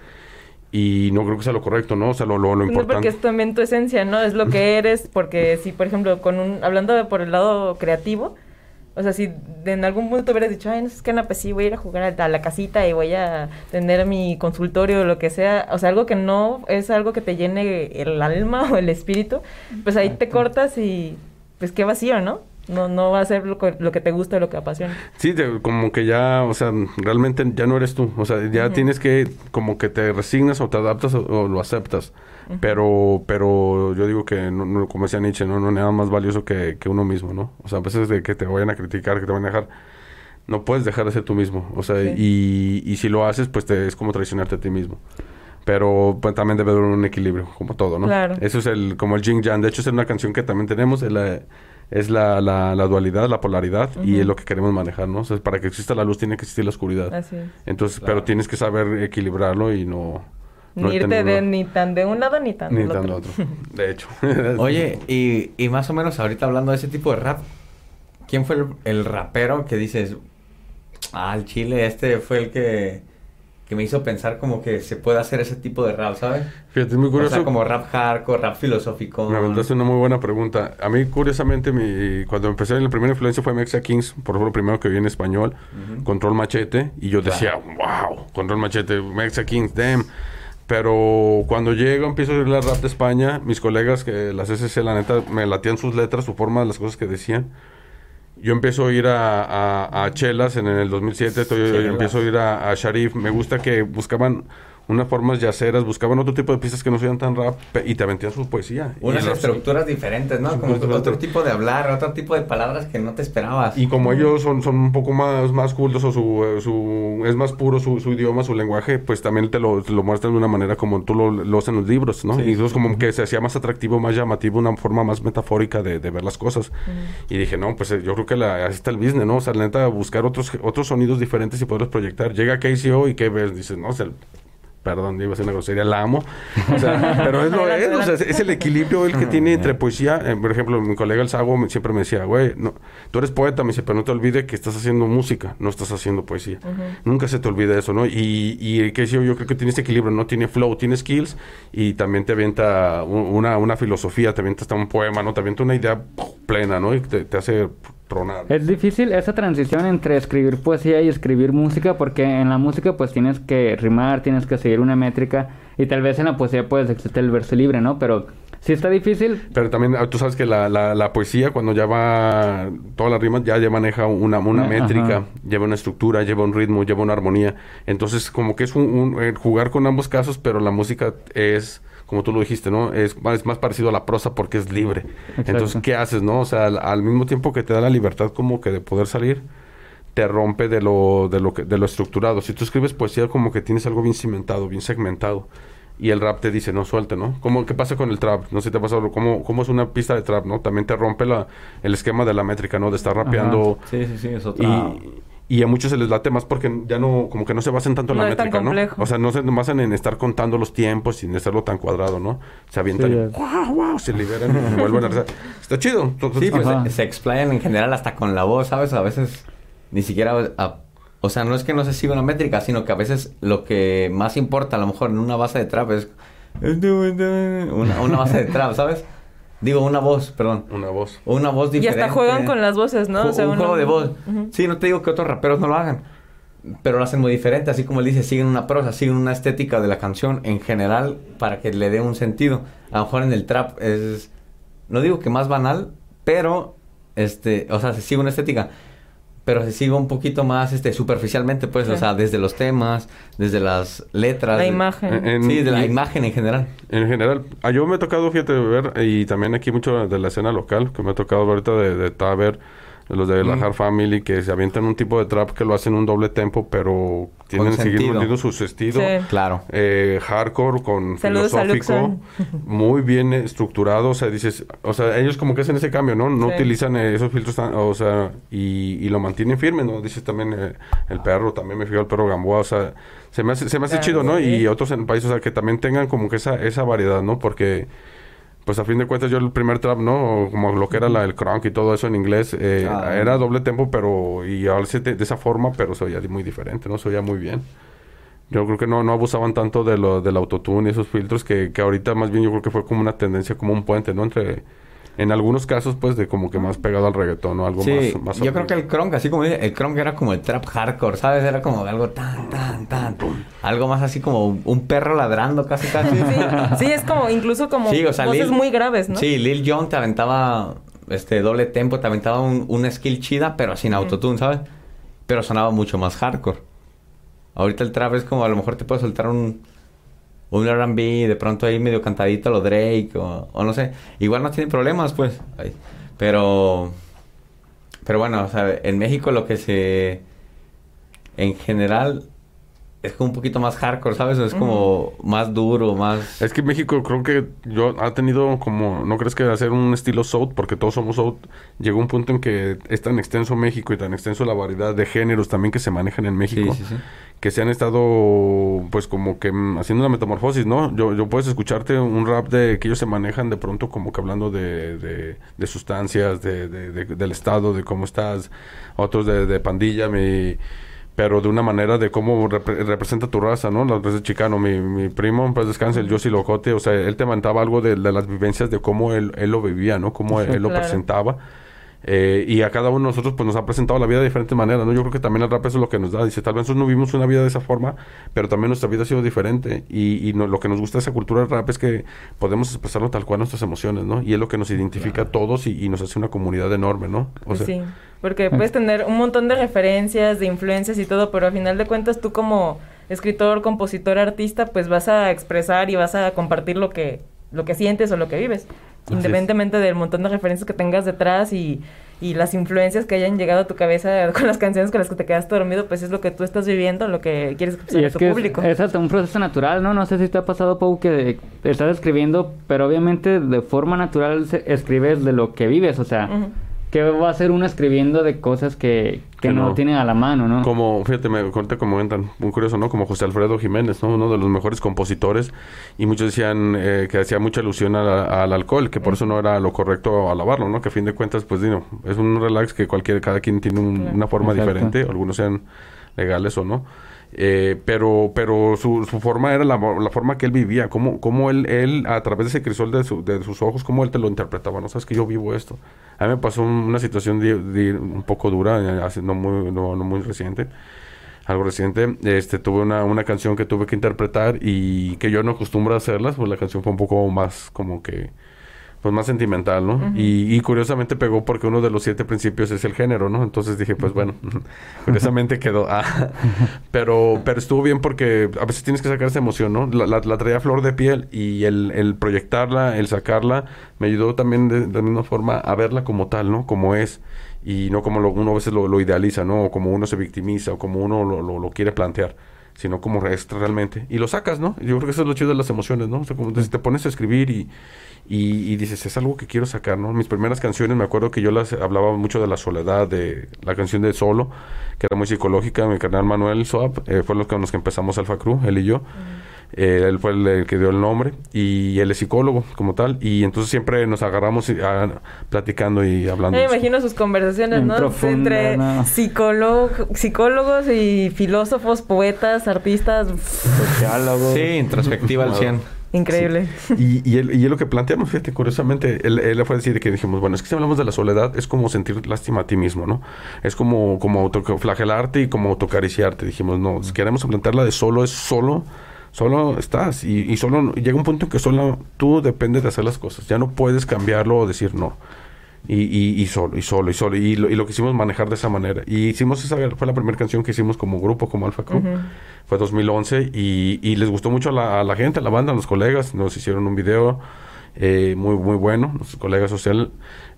Y no creo que sea lo correcto, ¿no? O sea, lo, lo, lo No, porque importante. es también tu esencia, ¿no? Es lo que eres, porque si, por ejemplo, con un, hablando de por el lado creativo, O sea, si de en algún punto hubieras dicho, ay, no sé qué, no, pues sí, voy a ir a jugar a, a la casita y voy a tener mi consultorio o lo que sea, o sea, algo que no es algo que te llene el alma o el espíritu, pues ahí te cortas y pues qué vacío, ¿no? No, no va a ser lo que, lo que te gusta o lo que apasiona. Sí, te, como que ya, o sea, realmente ya no eres tú. O sea, ya uh-huh. tienes que, como que te resignas o te adaptas o, o lo aceptas. Uh-huh. Pero pero yo digo que, no, no, como decía Nietzsche, no, no hay nada más valioso que, que uno mismo, ¿no? O sea, a veces de que te vayan a criticar, que te van a dejar, no puedes dejar de ser tú mismo. O sea, sí. y, y si lo haces, pues te, es como traicionarte a ti mismo. Pero pues, también debe haber un equilibrio, como todo, ¿no? Claro. Eso es el, como el yin yang. De hecho, es una canción que también tenemos, es la... es la, la, la dualidad, la polaridad, uh-huh. y es lo que queremos manejar, ¿no? O sea, para que exista la luz tiene que existir la oscuridad. Así es. Entonces, claro. pero tienes que saber equilibrarlo y no... Ni no irte de, ni tan de un lado ni tan ni del tan otro. otro. De hecho. Oye, y, y más o menos ahorita hablando de ese tipo de rap, ¿quién fue el, el rapero que dices, ah, el chile, este fue el que... que me hizo pensar como que se puede hacer ese tipo de rap, ¿sabes? Fíjate, es muy curioso. O sea, como rap hardcore, rap filosófico. Me aventaste una muy buena pregunta. A mí, curiosamente, mi, cuando empecé, la primera influencia fue Mexa Kings, por ejemplo, lo primero que vi en español, uh-huh. Control Machete, y yo decía, claro. wow, Control Machete, Mexa Kings, damn. Pero cuando llego, empiezo a oír la rap de España, mis colegas, que las S C, la neta, me latían sus letras, su forma, las cosas que decían. Yo empiezo a ir a, a, a Chelas en, en el dos mil siete, estoy, yo empiezo a ir a, a Sharif. Me gusta que buscaban unas formas yaceras, buscaban otro tipo de pistas que no sean tan rap y te aventían su poesía. Unas y estructuras los, diferentes, ¿no? Como otro, otro tipo de hablar, otro tipo de palabras que no te esperabas. Y como ellos son, son un poco más, más cultos o su, su es más puro su, su idioma, su lenguaje, pues también te lo, te lo muestran de una manera como tú lo, lo haces en los libros, ¿no? Sí, y entonces como que se hacía más atractivo, más llamativo, una forma más metafórica de, de ver las cosas. Uh-huh. Y dije, no, pues yo creo que la, así está el business, ¿no? O sea, la neta, buscar otros, otros sonidos diferentes y poderlos proyectar. Llega K C O y ¿qué ves? Dices, no, o sea, perdón, iba a ser una grosería, la amo. O sea, pero es lo es, o sea, es el equilibrio el que tiene entre poesía. Eh, por ejemplo, mi colega el Sago me, siempre me decía, güey, no, tú eres poeta, me dice, pero no te olvides que estás haciendo música, no estás haciendo poesía. Uh-huh. Nunca se te olvide eso, ¿no? Y, y que yo, yo creo que tiene este equilibrio, ¿no? Tiene flow, tiene skills y también te avienta una, una filosofía, te avienta hasta un poema, ¿no? Te avienta una idea plena, ¿no? Y te, te hace... tronar. Es difícil esa transición entre escribir poesía y escribir música, porque en la música pues tienes que rimar, tienes que seguir una métrica, y tal vez en la poesía pues existe el verso libre, ¿no? Pero sí está difícil. Pero también tú sabes que la, la, la poesía, cuando ya va todas las rimas, ya, ya maneja una, una uh, métrica, ajá. lleva una estructura, lleva un ritmo, lleva una armonía. Entonces como que es un, un eh, jugar con ambos casos, pero la música es... como tú lo dijiste, ¿no? Es más, es más parecido a la prosa porque es libre. Exacto. Entonces, ¿qué haces, no? O sea, al, al mismo tiempo que te da la libertad como que de poder salir, te rompe de lo, de lo que, de lo estructurado. Si tú escribes poesía, como que tienes algo bien cimentado, bien segmentado. Y el rap te dice, no, suelte, ¿no? ¿Cómo, ¿Qué pasa con el trap? No sé si te ha pasado, ¿cómo, cómo es una pista de trap, no? También te rompe la, el esquema de la métrica, ¿no? De estar rapeando. Ajá. Sí, sí, sí, es otra... Y, Y a muchos se les late más porque ya no, como que no se basan tanto en no la métrica, ¿no? O sea, no se basan en estar contando los tiempos sin hacerlo tan cuadrado, ¿no? Se avientan sí, y ¡guau, guau! Se liberan y vuelven a... Está chido. Entonces, sí, pues se, se explayan en general hasta con la voz, ¿sabes? A veces ni siquiera... A, o sea, no es que no se siga una métrica, sino que a veces lo que más importa, a lo mejor en una base de trap es... Una, una base de trap, ¿sabes? Digo, una voz, perdón. Una voz. Una voz diferente. Y hasta juegan con las voces, ¿no? Ju- o sea, un uno... juego de voz. Uh-huh. Sí, no te digo que otros raperos no lo hagan, pero lo hacen muy diferente. Así como él dice, siguen una prosa, siguen una estética de la canción en general para que le dé un sentido. A lo mejor en el trap es... No digo que más banal, pero... este O sea, se sigue una estética, pero se sigue un poquito más este superficialmente, pues, sí. O sea, desde los temas, desde las letras. La imagen. En, en, sí, de la y, imagen en general. En general. Ah, yo me he tocado, fíjate, ver, y también aquí mucho de la escena local, que me ha tocado ahorita de, de Taver, de los de la mm. Hard Family, que se avientan un tipo de trap que lo hacen un doble tempo, pero tienen que seguir manteniendo su estilo. Sí. Claro. Eh, hardcore, con Saludos filosófico, muy bien estructurado. O sea, dices, o sea, ellos como que hacen ese cambio, ¿no? No sí. utilizan eh, esos filtros, tan, o sea, y, y lo mantienen firme, ¿no? Dices también eh, el perro, también me fijo el perro Gamboa, o sea, se me hace, se me hace ah, chido, ¿no? Sí. Y otros en el país, o sea, que también tengan como que esa, esa variedad, ¿no? Porque... pues a fin de cuentas yo el primer trap, ¿no? Como lo que era la, el crunk y todo eso en inglés, eh, ah, era doble tempo, pero... y ahora sí de, de esa forma, pero se oía muy diferente, ¿no? Se oía muy bien. Yo creo que no, no abusaban tanto de lo del autotune y esos filtros que, que ahorita más bien yo creo que fue como una tendencia, como un puente, ¿no? Entre En algunos casos, pues, de como que más pegado al reggaetón, ¿no? Algo sí, más, más... yo creo que el crunk, así como dice, el crunk era como el trap hardcore, ¿sabes? Era como algo tan, tan, tan... Algo más así como un perro ladrando casi, casi. Sí, sí, es como, incluso como sí, o sea, voces Lil, muy graves, ¿no? Sí, Lil Jon te aventaba, este, doble tempo, te aventaba un, una skill chida, pero sin uh-huh. autotune, ¿sabes? Pero sonaba mucho más hardcore. Ahorita el trap es como, a lo mejor te puede soltar un... un R and B, de pronto ahí medio cantadito lo Drake, o, o no sé. Igual no tiene problemas, pues. Ay, pero... Pero bueno, o sea, en México lo que se... En general... Es como un poquito más hardcore, ¿sabes? Es como uh-huh. más duro, más... Es que México creo que yo ha tenido como... ¿No crees que hacer un estilo South? Porque todos somos South. Llegó un punto en que es tan extenso México y tan extenso la variedad de géneros también que se manejan en México. Sí, sí, sí. Que se han estado, pues, como que m, haciendo una metamorfosis, ¿no? Yo, yo puedes escucharte un rap de que ellos se manejan de pronto como que hablando de, de, de sustancias, de, de, de, del estado, de cómo estás. Otros de, de pandilla, mi... pero de una manera de cómo rep- representa tu raza, ¿no? La raza chicano, mi, mi primo, en paz descanse, el Yossi Locote, o sea, él te mandaba algo de, de las vivencias de cómo él, él lo vivía, ¿no? Cómo él, él lo claro. presentaba. Eh, y a cada uno de nosotros pues nos ha presentado la vida de diferentes maneras, ¿no? Yo creo que también el rap eso es lo que nos da. Dice, tal vez nosotros no vivimos una vida de esa forma, pero también nuestra vida ha sido diferente. Y, y no, lo que nos gusta de esa cultura del rap es que podemos expresarlo tal cual nuestras emociones, ¿no? Y es lo que nos identifica a todos y, y nos hace una comunidad enorme, ¿no? O sea, sí, porque puedes tener un montón de referencias, de influencias y todo, pero a final de cuentas tú como escritor, compositor, artista, pues vas a expresar y vas a compartir lo que, lo que sientes o lo que vives. Independientemente del montón de referencias que tengas detrás y, y las influencias que hayan llegado a tu cabeza con las canciones con las que te quedaste dormido, pues es lo que tú estás viviendo, lo que quieres expresar a tu que público. Es, es un proceso natural, ¿no? No sé si te ha pasado, Pau, que estás escribiendo, pero obviamente de forma natural escribes de lo que vives, o sea... Uh-huh. ¿Qué va a hacer uno escribiendo de cosas que, que, que no, no tienen a la mano, no? Como, fíjate, me ahorita comentan, muy curioso, ¿no? Como José Alfredo Jiménez, ¿no? Uno de los mejores compositores. Y muchos decían eh, que hacía mucha alusión a, al alcohol, que por eso no era lo correcto alabarlo, ¿no? Que a fin de cuentas, pues, digo, es un relax que cualquier, cada quien tiene un, claro. una forma Exacto. diferente. Algunos sean legales o no. Eh, pero pero su, su forma era la, la forma que él vivía, cómo, cómo él, él, a través de ese crisol de, su, de sus ojos, cómo él te lo interpretaba, ¿no? Sabes que yo vivo esto. A mí me pasó una situación de, de un poco dura, hace, no, muy, no, no muy reciente, algo reciente. Este, tuve una, una canción que tuve que interpretar y que yo no acostumbro a hacerlas, pues la canción fue un poco más como que... pues más sentimental, ¿no? Uh-huh. Y, y curiosamente pegó porque uno de los siete principios es el género, ¿no? Entonces dije, pues bueno, curiosamente quedó. Ah, pero, pero estuvo bien porque a veces tienes que sacar esa emoción, ¿no? La, la, la traía a flor de piel y el, el proyectarla, el sacarla, me ayudó también de, de la misma forma a verla como tal, ¿no? Como es. Y no como lo, uno a veces lo, lo idealiza, ¿no? O como uno se victimiza o como uno lo, lo, lo quiere plantear, sino como es realmente. Y lo sacas, ¿no? Yo creo que eso es lo chido de las emociones, ¿no? O sea, como te, te pones a escribir y... Y, y dices, es algo que quiero sacar, ¿no? Mis primeras canciones, me acuerdo que yo las hablaba mucho de la soledad, de la canción de Solo, que era muy psicológica. Mi carnal Manuel Soap eh, fue los con los que empezamos Alfa Crew, él y yo. Uh-huh. Eh, él fue el, el que dio el nombre y él es psicólogo como tal. Y entonces siempre nos agarramos y, a, platicando y hablando. Me imagino sus conversaciones, ¿no? Profunda, entre no. Psicólogo, psicólogos y filósofos, poetas, artistas. Sociólogos. Sí, introspectiva al cien. Increíble. Sí. Y, y, él, y es lo que planteamos, fíjate, curiosamente, él, él fue a decir que dijimos, bueno, es que si hablamos de la soledad, es como sentir lástima a ti mismo, ¿no? Es como, como autoflagelarte y como autocariciarte. Dijimos, no, si queremos plantearla de solo, es solo, solo estás. Y, y solo llega un punto en que solo tú dependes de hacer las cosas. Ya no puedes cambiarlo o decir no. Y, y, y solo, y solo, y solo. Y lo, y lo quisimos manejar de esa manera. Y hicimos esa, fue la primera canción que hicimos como grupo, como Alfa Crew. Uh-huh. Fue dos mil once y, y les gustó mucho a la, a la gente, a la banda, a los colegas. Nos hicieron un video eh, muy muy bueno. Nuestros colegas social,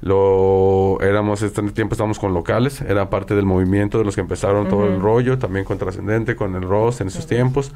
lo éramos, este tiempo estábamos con locales. Era parte del movimiento de los que empezaron uh-huh. todo el rollo. También con Trascendente, con el Ross en esos uh-huh. tiempos.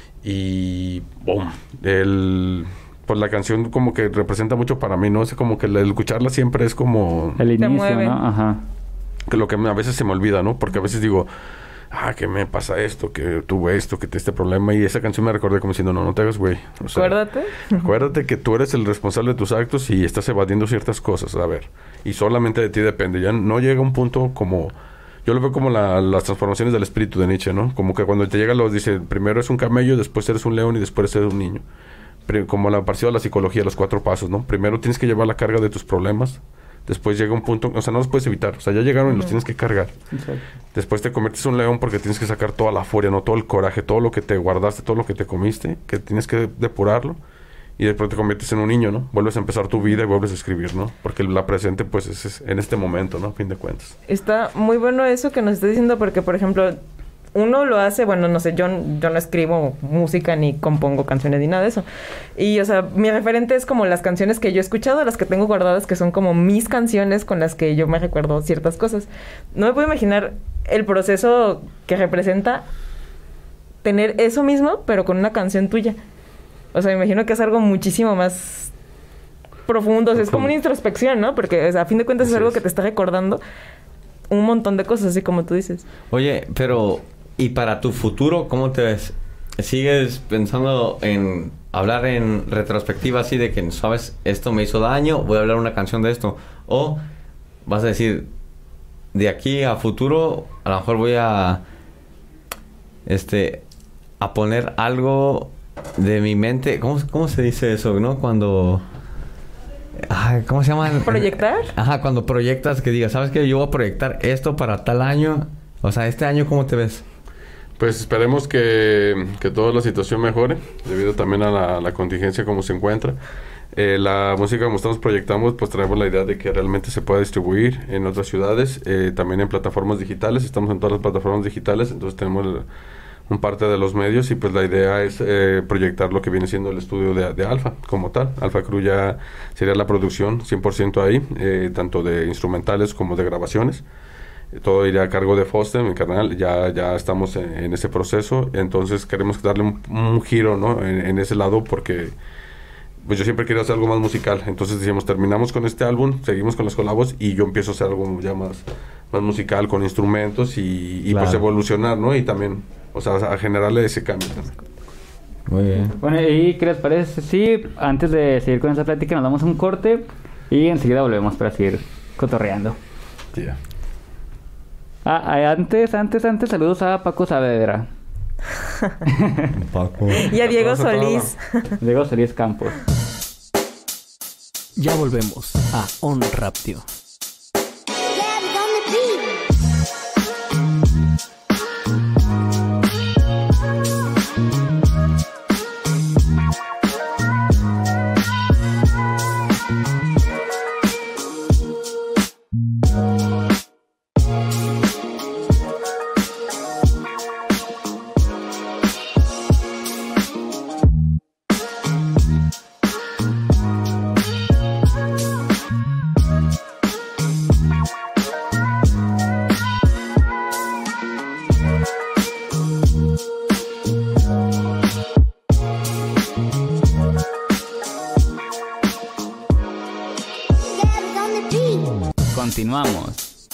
Y boom, el... pues la canción como que representa mucho para mí, ¿no? Es como que el, el escucharla siempre es como... El inicio, ¿no? Ajá. Que lo que a veces se me olvida, ¿no? Porque a veces digo, ah, que me pasa esto, que tuve esto, que te este problema. Y esa canción me recordé como diciendo, no, no te hagas güey. O sea, acuérdate. Acuérdate que tú eres el responsable de tus actos y estás evadiendo ciertas cosas, a ver. Y solamente de ti depende. Ya no llega un punto como... Yo lo veo como la, las transformaciones del espíritu de Nietzsche, ¿no? Como que cuando te llega los... Dice, primero es un camello, después eres un león y después eres un niño. como la parecido a la psicología, los cuatro pasos, ¿no? Primero tienes que llevar la carga de tus problemas. Después llega un punto, o sea, no los puedes evitar. O sea, ya llegaron y los tienes que cargar. Exacto. Después te conviertes en un león porque tienes que sacar toda la furia, ¿no? Todo el coraje, todo lo que te guardaste, todo lo que te comiste, que tienes que depurarlo. Y después te conviertes en un niño, ¿no? Vuelves a empezar tu vida y vuelves a escribir, ¿no? Porque la presente, pues, es, es en este momento, ¿no? A fin de cuentas. Está muy bueno eso que nos estás diciendo porque, por ejemplo, uno lo hace, bueno, no sé, yo, yo no escribo música ni compongo canciones ni nada de eso. Y, o sea, mi referente es como las canciones que yo he escuchado, las que tengo guardadas, que son como mis canciones con las que yo me recuerdo ciertas cosas. No me puedo imaginar el proceso que representa tener eso mismo, pero con una canción tuya. O sea, me imagino que es algo muchísimo más profundo. O sea, es como una introspección, ¿no? Porque, o sea, a fin de cuentas, es algo que te está recordando un montón de cosas, así como tú dices. Oye, pero... ¿y para tu futuro cómo te ves? ¿Sigues pensando en hablar en retrospectiva así de que, sabes, esto me hizo daño, voy a hablar una canción de esto? ¿O vas a decir, de aquí a futuro, a lo mejor voy a... Este... a poner algo de mi mente? ¿Cómo, cómo se dice eso, no? Cuando... Ay, ¿cómo se llama? ¿Proyectar? Ajá, cuando proyectas, que digas, ¿sabes qué? Yo voy a proyectar esto para tal año. O sea, este año, ¿cómo te ves? Pues esperemos que, que toda la situación mejore, debido también a la, la contingencia como se encuentra. Eh, la música como estamos proyectando, pues traemos la idea de que realmente se pueda distribuir en otras ciudades, eh, también en plataformas digitales. Estamos en todas las plataformas digitales, entonces tenemos el, un parte de los medios y pues la idea es eh, proyectar lo que viene siendo el estudio de, de Alfa como tal. Alfa Crew ya sería la producción cien por ciento ahí, eh, tanto de instrumentales como de grabaciones. Todo iría a cargo de Foster, mi carnal. Ya, ya estamos en, en ese proceso. Entonces queremos darle un, un giro, ¿no? En, en ese lado porque pues yo siempre quería hacer algo más musical. Entonces decíamos, terminamos con este álbum, seguimos con los colabos y yo empiezo a hacer algo ya más, más musical con instrumentos y, y claro, pues evolucionar, ¿no? Y también, o sea, a generarle ese cambio también. Muy bien. Bueno, ¿y qué les parece? Sí, antes de seguir con esta plática nos damos un corte y enseguida volvemos para seguir cotorreando. Sí, yeah. Ah, antes, antes, antes, saludos a Paco Saavedra. Paco. Y a Diego Solís. Diego Solís Campos. Ya volvemos a On Rapdio. Continuamos.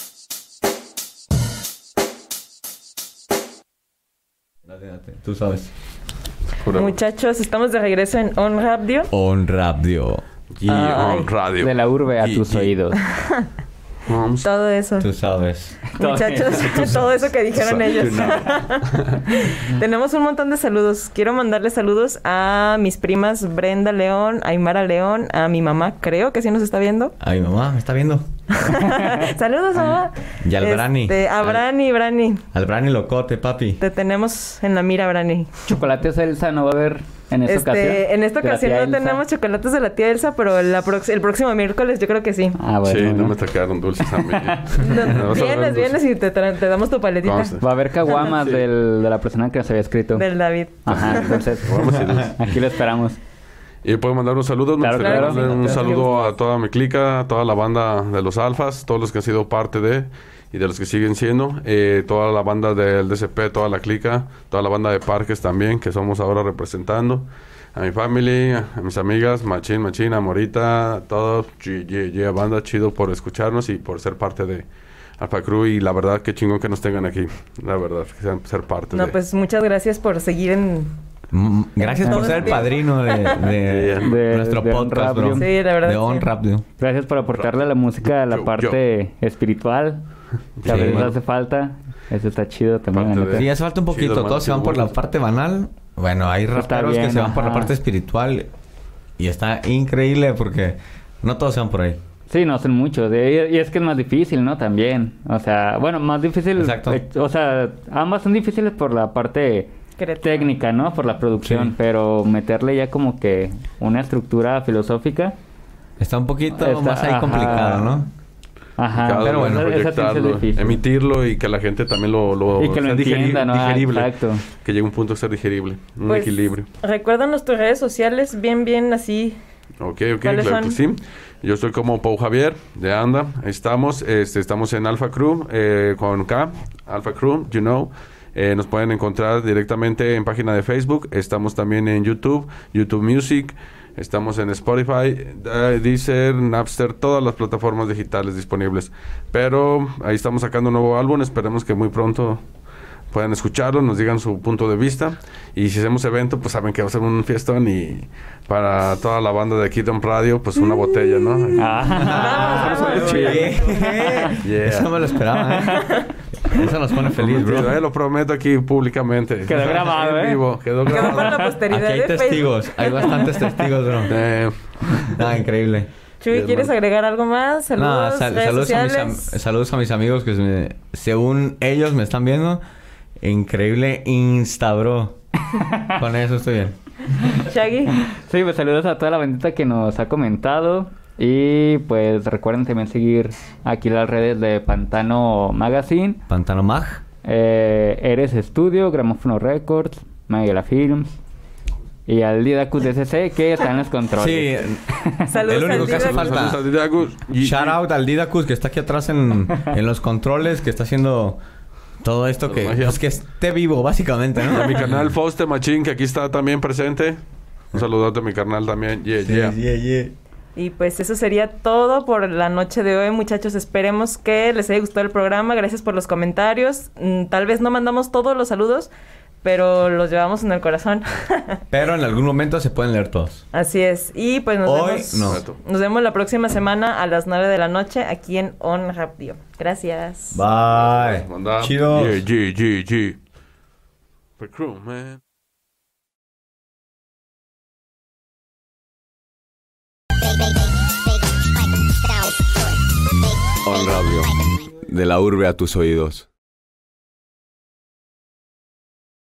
Date, date. Tú sabes. Muchachos, estamos de regreso en On Radio. On Radio. Y On Radio. De la urbe a y, tus y. oídos. Todo eso. Tú sabes. Muchachos, todo eso que dijeron ellos. Tenemos un montón de saludos. Quiero mandarle saludos a mis primas Brenda León, Aymara León, a mi mamá, creo que sí nos está viendo. A mi mamá, ¿me está viendo? Saludos, mamá. Y al Brani. Este, a Brani, Brani. Al Brani locote, papi. Te tenemos en la mira, Brani. Chocolates Elsa no va a haber en esta este, ocasión. En esta ocasión no Elsa. tenemos chocolates de la tía Elsa, pero la prox- el próximo miércoles yo creo que sí. Ah, bueno. Sí, bueno. no me tocaron dulces a mí. No, vienes, vienes y te, tra- te damos tu paletita. Conste. Va a haber caguamas Sí. del, de la persona que nos había escrito. Del David. Ajá, entonces Caguamas y dulces. aquí lo esperamos. Y puedo mandar un saludo. Claro, Me gustaría claro. darle un Sí, saludo claro. a toda mi clica, a toda la banda de los Alfas, todos los que han sido parte de y de los que siguen siendo, eh, toda la banda del D C P, toda la clica, toda la banda de Parques también, que somos ahora representando, a mi family, a, a mis amigas, Machín, Machín, a Morita, a todos, yeah, yeah, yeah, banda, chido por escucharnos y por ser parte de Alfa Crew, y la verdad, qué chingón que nos tengan aquí, la verdad, que sean ser parte No, de... pues muchas gracias por seguir en... Mm, Gracias por ser el padrino de, de, De- nuestro de On podcast, bro. Radio. Sí, la verdad, De On sí. Radio. Gracias por aportarle a la música a la Yo- parte espiritual. Que a Sí, veces man. hace falta. Eso está chido también. Parte la neta. de- Sí, hace falta un poquito. Chido, hermano, Todos se van chido, por la bueno. parte banal. Bueno, hay Está raperos que bien, se van por la ajá. parte espiritual. y está increíble porque no todos se van por ahí. Sí, no, son muchos. eh, Y es que es más difícil, ¿no? También. O sea, bueno, más difícil. Exacto. eh, O sea, ambas son difíciles por la parte Creativa. técnica, ¿no? Por la producción. Sí. Pero meterle ya como que una estructura filosófica. Está un poquito Está- más ahí ajá. complicado, ¿no? Ajá. Cada pero uno bueno, esa- esa sí es proyectarlo, difícil. emitirlo y que la gente también lo, lo Y que lo sea digeri- entienda, ¿no? Ah, digerible. exacto. Que llegue un punto de ser digerible, un Pues, equilibrio. Recuérdanos tus redes sociales bien, bien así. Ok, ok, ¿Cuáles claro que sí. son? Yo soy como Pau Javier de Anda. Ahí estamos, este, estamos en Alpha Crew eh, con K, Alpha Crew, you know. Eh, nos pueden encontrar directamente en página de Facebook. Estamos también en YouTube, YouTube Music. Estamos en Spotify, eh, Deezer, Napster, todas las plataformas digitales disponibles. Pero ahí estamos sacando un nuevo álbum. Esperemos que muy pronto puedan escucharlo, nos digan su punto de vista. Y si hacemos evento, pues saben que va a ser un fiestón. Y para toda la banda de Kingdom Radio, pues una botella, ¿no? Ah. Vamos, Sí. Yeah. Eso me lo esperaba, ¿eh? Eso nos pone feliz, bro. Eh, lo prometo aquí públicamente. Quedó grabado, En ¿eh? vivo, quedó Quedó grabado. para la posteridad Aquí hay de Facebook. testigos, hay bastantes testigos, bro. Eh, Ah, increíble. Chuy, ¿quieres agregar algo más? Saludos, No, sal- redes saludos, a mis, sociales. am- saludos a mis amigos que se- según ellos me están viendo. Increíble Insta, bro. Con eso estoy bien. Shaggy. Sí, pues saludos a toda la bandita que nos ha comentado. Y pues recuerden también seguir aquí las redes de Pantano Magazine, Pantano Mag. eh, Eres Studio, Gramófono Records, Maguila Films y al Didacus D C C que está en los controles. Sí, Saludos el único al que hace Didacus. falta. saludos a Didacus. Y- Shout out al Didacus que está aquí atrás en, en los controles, que está haciendo todo esto que, magia. pues, que esté vivo, básicamente, A ¿no? mi carnal Foster Machín, que aquí está también presente. Un saludote a mi carnal también. Yeah, yeah. yeah, yeah. Y pues eso sería todo por la noche de hoy, muchachos. Esperemos que les haya gustado el programa. Gracias por los comentarios. Mm, Tal vez no mandamos todos los saludos, pero los llevamos en el corazón. Pero en algún momento se pueden leer todos. Así es. Y pues nos Hoy, vemos. no. Nos vemos la próxima semana a las nueve de la noche aquí en On Radio. Gracias. Bye. Manda. Chido. Yeah, yeah, yeah, yeah. For crew, man. On Radio. De la urbe a tus oídos.